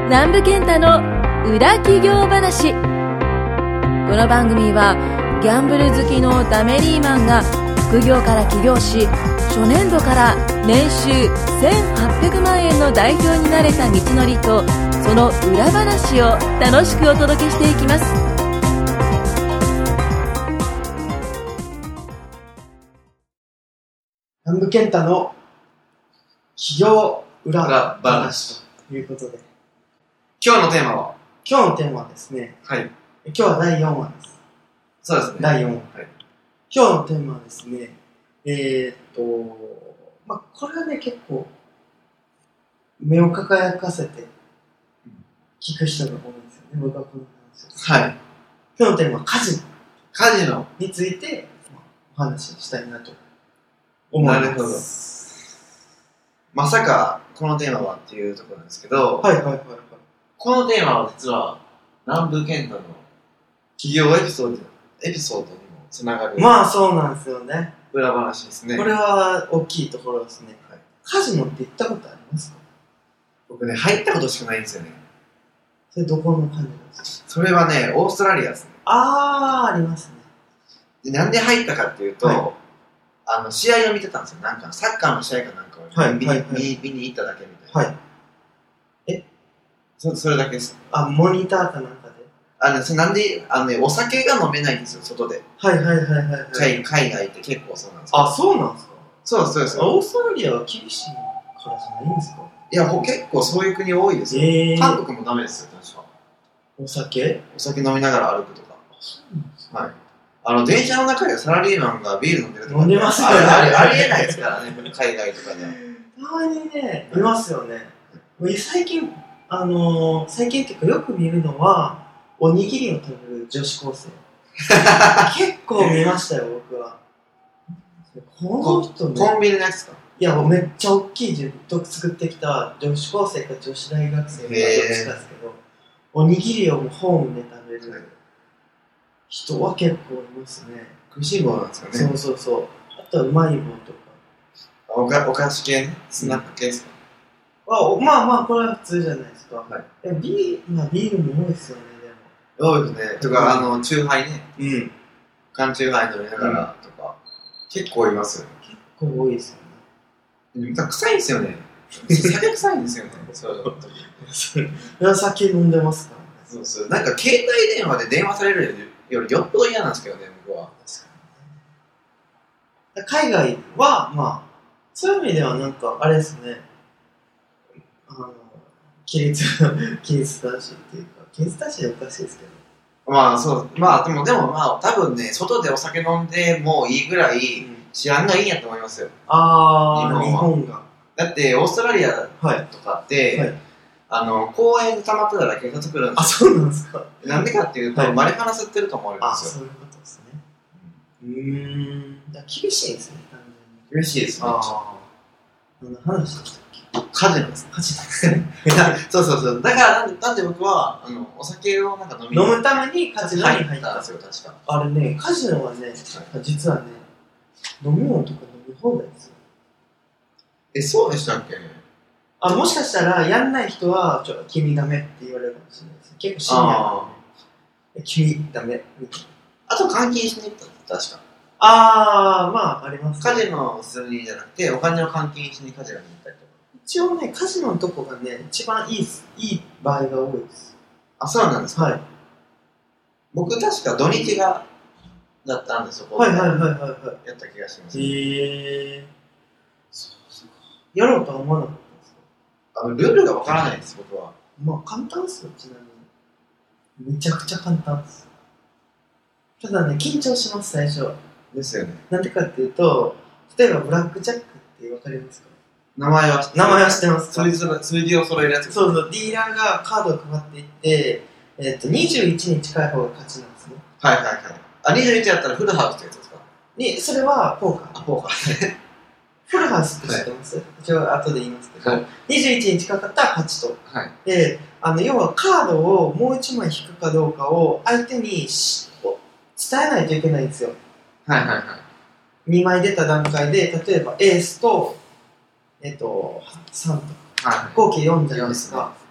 南部健太の裏企業話。この番組はギャンブル好きのダメリーマンが副業から起業し、初年度から年収1800万円の代表になれた道のりと、その裏話を楽しくお届けしていきます。 南部健太の企業裏話ということで、 今日のテーマはですね、 はい。 今日は第4話です。 そうですね。 第4話。はい、今日のテーマはですね、これはね、結構目を輝かせて聞く人が多いんですよね、僕はこの話です。 はい。 今日のテーマはカジノについてお話ししたいなと思います。なるほど。 まさかこのテーマはっていうところなんですけど、 はい。 このテーマは実は南部健太の企業エピソードにもつながる。 まあそうなんですよね。 裏話ですね。 これは大きいところですね。はい、カジノって行ったことありますか？ 僕ね、入ったことしかないんですよね。 それどこのカジノですか？ それはね、オーストラリアですね。 ありますね。 で、なんで入ったかっていうと、はい、試合を見てたんですよ。なんかサッカーの試合かなんかを見に行っただけみたいな。はい。それだけです。 モニターかなんかで。 それなんで、お酒が飲めないんですよ、外で。 はい。 海外って結構そうなんですよ。 あ、そうなんですか？そうです。 オーストラリアは厳しいからじゃないんですか？ いや、結構そういう国多いですよ。韓国もダメですよ、確か。お酒飲みながら歩くとか。 そうなんですか？ はい。電車の中でサラリーマンがビール飲んでるとか。 飲んでますよね。 ありえないですからね、海外とかでは。 たまにね、いますよね。最近っていうかよく見るのは、おにぎりを食べる女子高生。結構見ましたよ、僕は。この人ね。 コンビニのやつか？ いや、めっちゃ大きい作ってきた女子高生か女子大学生かどっちかですけど、おにぎりをホームで食べる人は結構いますね。 食いしん坊なんですかね。 そう。あとはうまい棒とか。 お菓子系ね、スナック系ですか？ まあこれは普通じゃないですか。 はい。 ビールも多いですよね、 でも。多いですね。とか、チューハイね。缶チューハイ飲みながらとか、結構いますよね。 結構多いですよね。 でも臭いんですよね。酒臭いんですよね。 酒飲んでますからね。 そう。なんか携帯電話で電話されるよりよっぽど嫌なんですけどね、僕は。 海外は、そういう意味ではなんか、あれですね。規律正しいっていうか、規律正しいはおかしいですけど。 そう。でも多分ね、外でお酒飲んでもいいぐらい治安がいいんやと思いますよ。日本が。 だって、オーストラリアとかって、公園で溜まってたら警察来るんですよ。 あ、そうなんですか？ なんでかっていうと、マリファナ吸ってると思われるんですよ。 そういうことですね。厳しいですね、単純に。 厳しいですね。 何の話でしたっけ？ カジノですね。そう。だからなんで僕はお酒をなんか飲むためにカジノに入ったんですよ、確か。あれね、カジノはね、実はね、飲み物とか飲み放題ですよ。 そうでしたっけ？ もしかしたらやんない人は君ダメって言われるかもしれないです。結構シニアなんで、君ダメみたいな。 あと換金しに行った確か。 ありますね。カジノをするにじゃなくて、お金を換金しにカジノに行ったりとか。 一応ね、カジノのとこがね、一番いい場合が多いです。 あ、そうなんですか？ はい。 僕確か土日だったんで、そこでやった気がします。 そう。やろうとは思わなかったですか？ ルールがわからないです、僕は。 簡単ですよ、ちなみに。めちゃくちゃ簡単です。ただね、緊張します、最初。 ですよね。 なんでかっていうと、例えばブラックジャックってわかりますか？ 名前は知ってますか？ 数字を揃えるやつ。 そう、ディーラーがカードを配っていって、21に近い方が勝ちなんですね。 はい。21やったらフルハウスってやつですか？ それはポーカー。ポーカー。フルハウスって知ってます？一応後で言いますけど、21に近かったら勝ちと。で、要はカードをもう1枚引くかどうかを相手に伝えないといけないんですよ。2枚出た段階で、例えばエースと、3とか、合計4じゃないですか。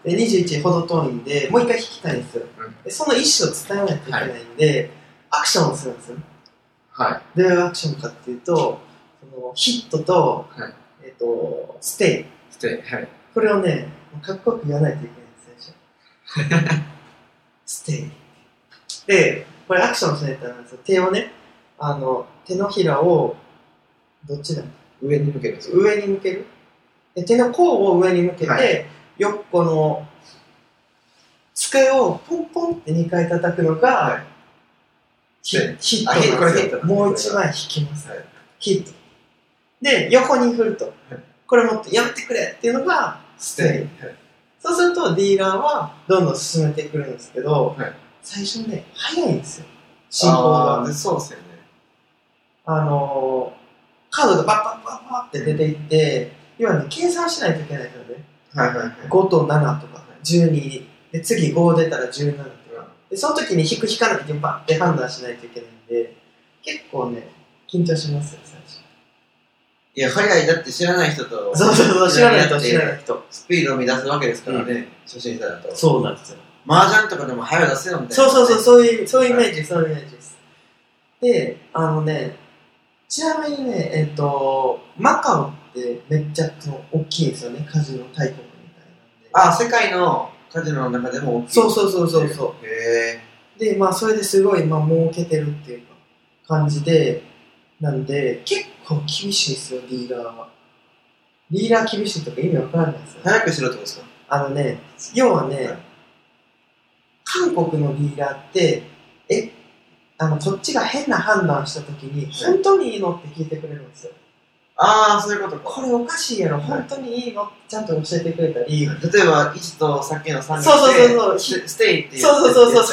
で21ほど遠いんで、もう一回弾きたいんですよ。でその意思を伝えないといけないんで、アクションをするんですよ。 はい。 どういうアクションかっていうと、そのヒットと、ステイ。 はい。 これをね、かっこよく言わないといけないんです、最初。ステイ。で、これアクションしないとなんですよ。手をね、手のひらを、どっちだ上に向けるんですよ。 上に向ける。で手の甲を上に向けて、はい、よっこの机をポンポンって2回叩くのが、はい、ヒットなんですよ。もう1枚引きます、はい、ヒットで横に振ると、はい、これもってやめてくれっていうのがステイ、はい、そうするとディーラーはどんどん進めてくるんですけど、はい、最初ね早いんですよ進行が。 そうですよね。 カードがバッバッバッバッって出ていって、要はね計算しないといけないからね、 はいはいはい、 5と7とか12で次5出たら17とかでその時に引く引かないってバッて判断しないといけないんで結構ね緊張しますよ最初。 いや早いだって知らない人とそう知らない人スピードを乱すわけですからね、初心者だと。 そうなんですよ。 麻雀とかでも早い出せよみたいな、そういうイメージ、そういうイメージです。でちなみにねマカオってめっちゃ大きいんですよね、カジノ大国みたいなんで。 あ、世界のカジノの中でも大きい。 そうへでそれですごい儲けてるっていうか感じで、なんで結構厳しいですよディーラーは。ディーラー厳しいとか意味わからないですよ、 早くしろってことですか。 要はね、はい、韓国のディーラーってこっちが変な判断したときに、本当にいいのって聞いてくれるんですよ。 ああ、そういうことか。 これおかしいやろ、本当にいいのってちゃんと教えてくれたり。 例えば、1とさっきの3にしてステイっていう。 そういうことです。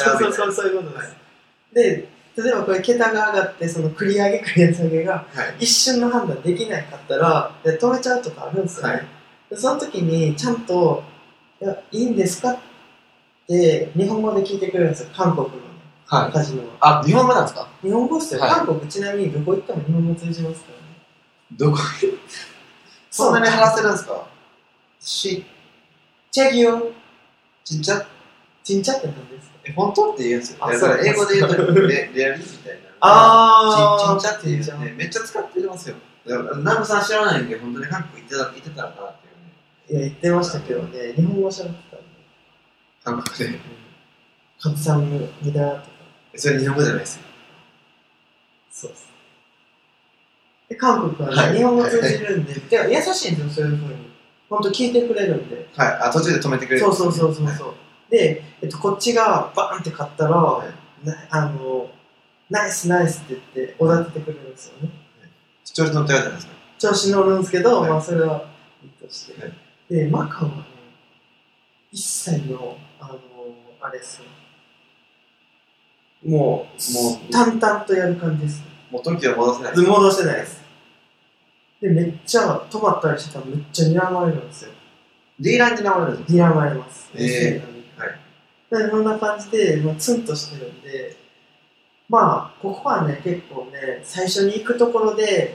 で、例えばこれ桁が上がって、その繰り上げ繰り下げが一瞬の判断できないかったら、止めちゃうとかあるんですよね。はい、でその時にちゃんと、いいんですかって日本語で聞いてくれるんですよ、韓国の。はい、カジノは。あ、日本語なんですか。 日本語っすよ、はい、韓国ちなみにどこ行っても日本語通じますからね。 どこそんなに話せるんですか。チェギヨちんちゃって何ですか。 本当って言うんですよ。だから英語で言うとレアリーみたいな。ちんちゃって言うね、めっちゃ使ってますよ。ナムさん知らないんで本当に韓国行ってたのかなっていうね。 いや言ってましたけどね、日本語喋ってたんで。 韓国で。 カツサムニダとか。 それ日本語じゃないですよ。 そうです。で韓国はね、はい、日本語通じるんで、はい、優しいんですよ、そういう風に。本当聞いてくれるんで。 はい、途中で止めてくれる、 ね。そう。で、こっちがバーンって勝ったら、はい、ナイスって言っておだててくれるんですよね。 調子乗ってるじゃないですか。 調子乗るんですけど、はい、それはいいとして。はい、で、マカオはね、一切の、あれですよ。もう淡々とやる感じです。 もう時は戻せないです。戻せないです。で、めっちゃ止まったりしてたらめっちゃ睨まれるんですよ。 ディーラーに睨まれるんですか。睨まれます。 はい。 で、こんな感じで、ツンとしてるんで、ここはね、結構ね、最初に行くところで、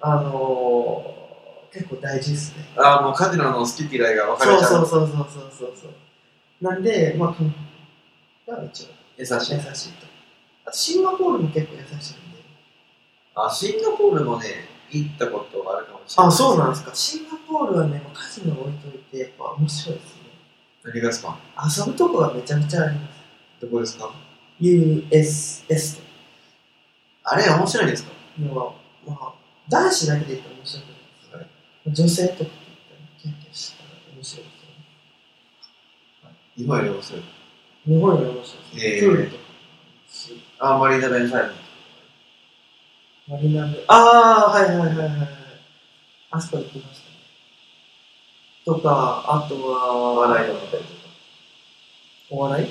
結構大事ですね。 もうカジノの好き嫌いが分かれちゃう。 そう。なんで、が一応優しいと。あとシンガポールも結構優しいんで。 シンガポールもね、行ったことがあるかもしれない。 そうなんですか。シンガポールはね、カジノ置いといて、やっぱ面白いですね。 何がですか。 遊ぶとこがめちゃくちゃあります。 どこですか。 USS と。 あれ面白いですか。 男子だけで言ったら面白いです。はい、女性とかって言ったらキャッキャしたら面白いですよね。 日本より面白い。 日本より面白いです。プールとか。 マリーナベイサイド。 マリーナベイ。はい。あそこ行きましたね。とか、あとは。 笑いを見たりとか。 お笑い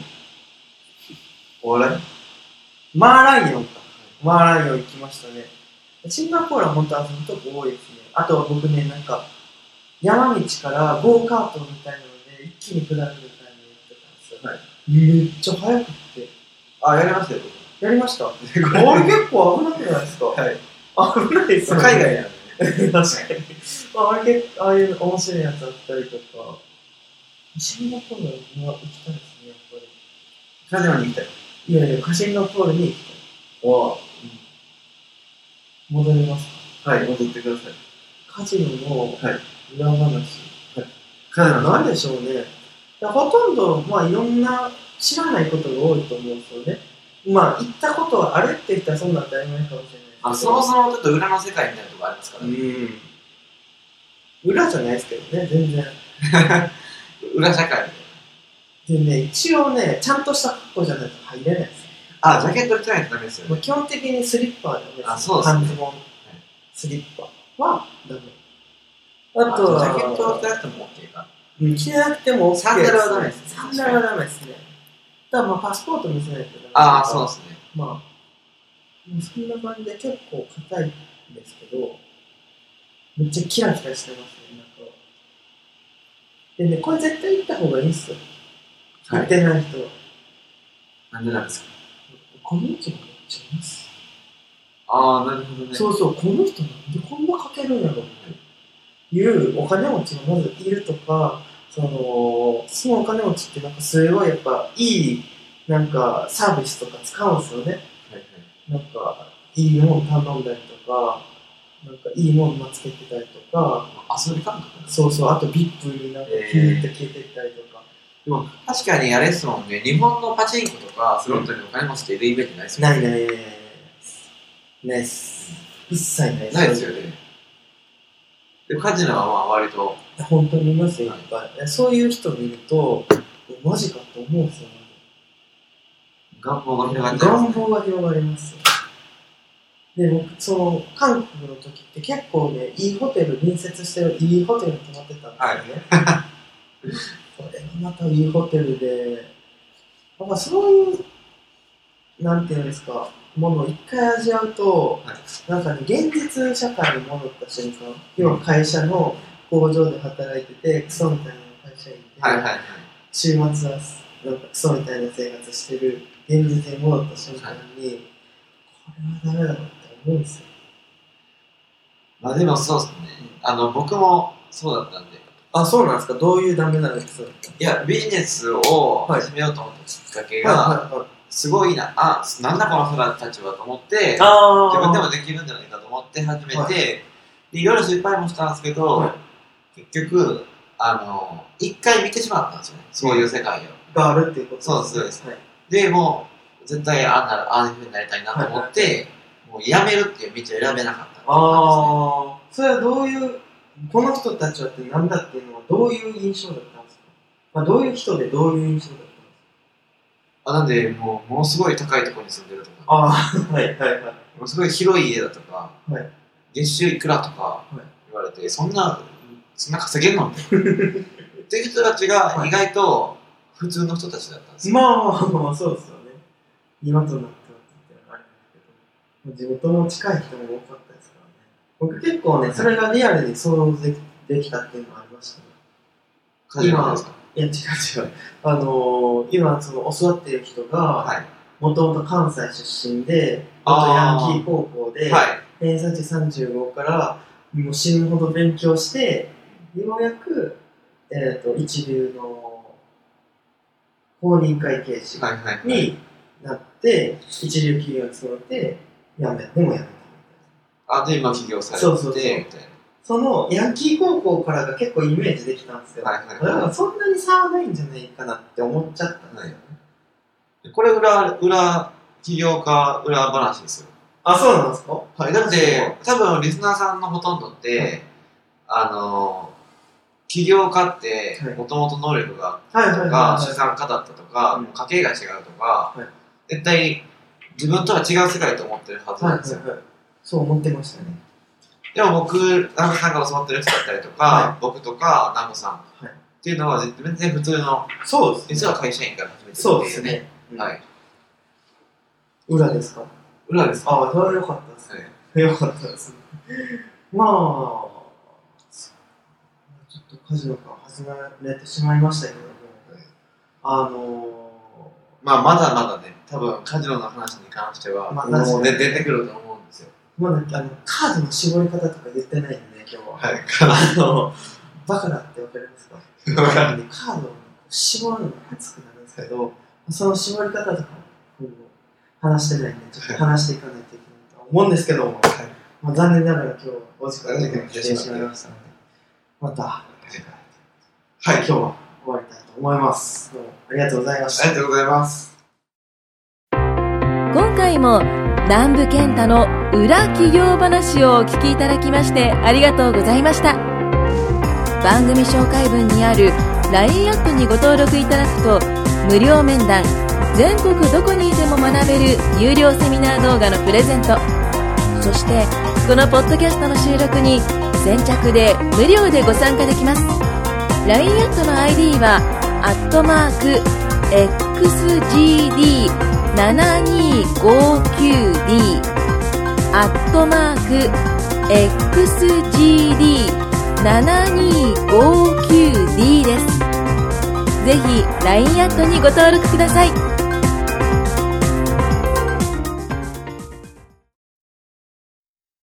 マーライオン行きましたね。シンガポールは本当遊ぶとこ多いですね。あとは僕ね、山道からゴーカートみたいなので一気に下るみたいなのやってたんですよ。はい、めっちゃ速くって。 やりましたよ。 やりました。あれ結構危なくないですか。 はい。 危ないですよね。 海外やんね。 確かに。ああいう面白いやつあったりとか。 シンガポールは行きたいですね、やっぱり。 カジノに行きたい。 いやいや、シンガポールに行きたい。 おぉ。 戻りますか？はい、戻ってください。 カジノの裏話。はい。 カジノなんでしょうね。ほとんど、まあ、いろんな知らないことが多いと思うんですよね。まあ、行ったことはあれって言ったらそんな当たり前かもしれないですけど。 そもそもちょっと裏の世界みたいなとこありますからね。 裏じゃないですけどね、全然。 裏社会でね、一応ね、ちゃんとした格好じゃないと入れないです。 ジャケット着てないとダメですよね。 基本的にスリッパはダメです。 そうですね。 半ズボン、スリッパはダメ。あとは、 ジャケット着てなくても OK か。 着てなくても OK です。 サンダルはダメですね。 サンダルはダメですね。ただまあパスポート見せないとダメ。 そうですね。 まあ、そんな感じで結構硬いんですけど、めっちゃキラキラしてますね、なんか。でね、これ絶対行った方がいいっすよ。行ってない人は。 なんでなんですか？ この人がめっちゃいます。 なるほどね。 そうそう、この人なんでこんなかけるんやろっていうお金持ちがまずいるとか、そのお金持ちってなんかすごいやっぱいいなんかサービスとか使うんですよね。なんかいいもの頼んだりとか、なんかいいものつけてたりとか、 遊び感覚。 そうそう、あとビップになんか気に入って消えてったりとか。 でも確かにあれですもんね、日本のパチンコとかスロットにお金持ちっているイメージないですよね。 ないっす。一切ないです。 ないですよね。でカジノはまあ割と本当にいますよ、いっぱい。そういう人見ると、マジかって思うんですよね。 願望が広がっちゃいますね。 願望が広がりますよ。で、僕、韓国の時って結構ね、いいホテル、隣接してるいいホテルに泊まってたんですよね。これがまたいいホテルで、なんかそういう、なんていうんですか、ものを一回味わうと、なんかね、現実社会に戻った瞬間、要は会社の工場で働いてて、クソみたいな会社にいて、週末はなんかクソみたいな生活してる現実に戻った瞬間に、これはダメだなって思うんですよ。 まあでもそうですね。僕もそうだったんで。 そうなんですか？どういうダメなエピソード？ いや、ビジネスを始めようと思ったきっかけが、すごいなんだこの人たちはと思って、自分でもできるんじゃないかと思って始めて、いろいろ失敗もしたんですけど、結局、一回見てしまったんですよね。そういう世界があるっていうことですね。そうです。で、もう、絶対ああいう風になりたいなと思って、もうやめるっていう道を選べなかった。 それはどういう、この人たちはって何だっていうのはどういう印象だったんですか？どういう人でどういう印象だったんですか？ なんで、ものすごい高いところに住んでるとか、ものすごい広い家だとか、月収いくらとか言われて、そんな稼げんのみたいな。っていう人たちが意外と普通の人たちだったんですよ。 まあ、そうですよね。今となってはってあれですけど、地元も近い人も多かったですからね。僕結構ね、それがリアルに想像できたっていうのがありましたね。 今ですか？ いや、違う。今、教わっている人が、もともと関西出身で、ヤンキー高校で、偏差値35からもう死ぬほど勉強して、ようやく、一流の公認会計士になって、一流企業に勤めて、でも辞めた。 で、今起業されてみたいな。 そのヤンキー高校からが結構イメージできたんですよ。だからそんなに差はないんじゃないかなって思っちゃったんですよね。 これ起業家裏話ですよ。 そうなんですか？ だって多分リスナーさんのほとんどって、起業家ってもともと能力があったとか、資産家だったとか、家系が違うとか、絶対自分とは違う世界と思ってるはずなんですよ。 そう思ってましたね。 でも僕、南部さんから教わってる人だったりとか、僕とか南部さんっていうのは全然普通の、実は会社員から始めてるっていう。 そうですね。裏ですか？ 裏です。 それは良かったですね。良かったですね。まあ、ちょっとカジノから始めてしまいましたけども、 まだまだね、多分カジノの話に関しては、もう出てくると思うんですよ。 まだカードの絞り方とか言ってないんで、今日は。バカラってわかりますか？ カードを絞るのが熱くなるんですけど、その絞り方とか話してないんで、ちょっと話していかないといけないと思うんですけども、まあ、残念ながら今日はお時間が来てしまいましたので、また次回、今日は終わりたいと思います。どうもありがとうございました。 ありがとうございます。 今回も南部健太の裏企業話をお聞きいただきましてありがとうございました。番組紹介文にある LINE アットにご登録いただくと無料面談、全国どこにいても学べる有料セミナー動画のプレゼント、そしてこのポッドキャストの収録に先着で無料でご参加できます。 LINE アットの ID は@XGD7259D @XGD7259D です。ぜひ LINE アットにご登録ください。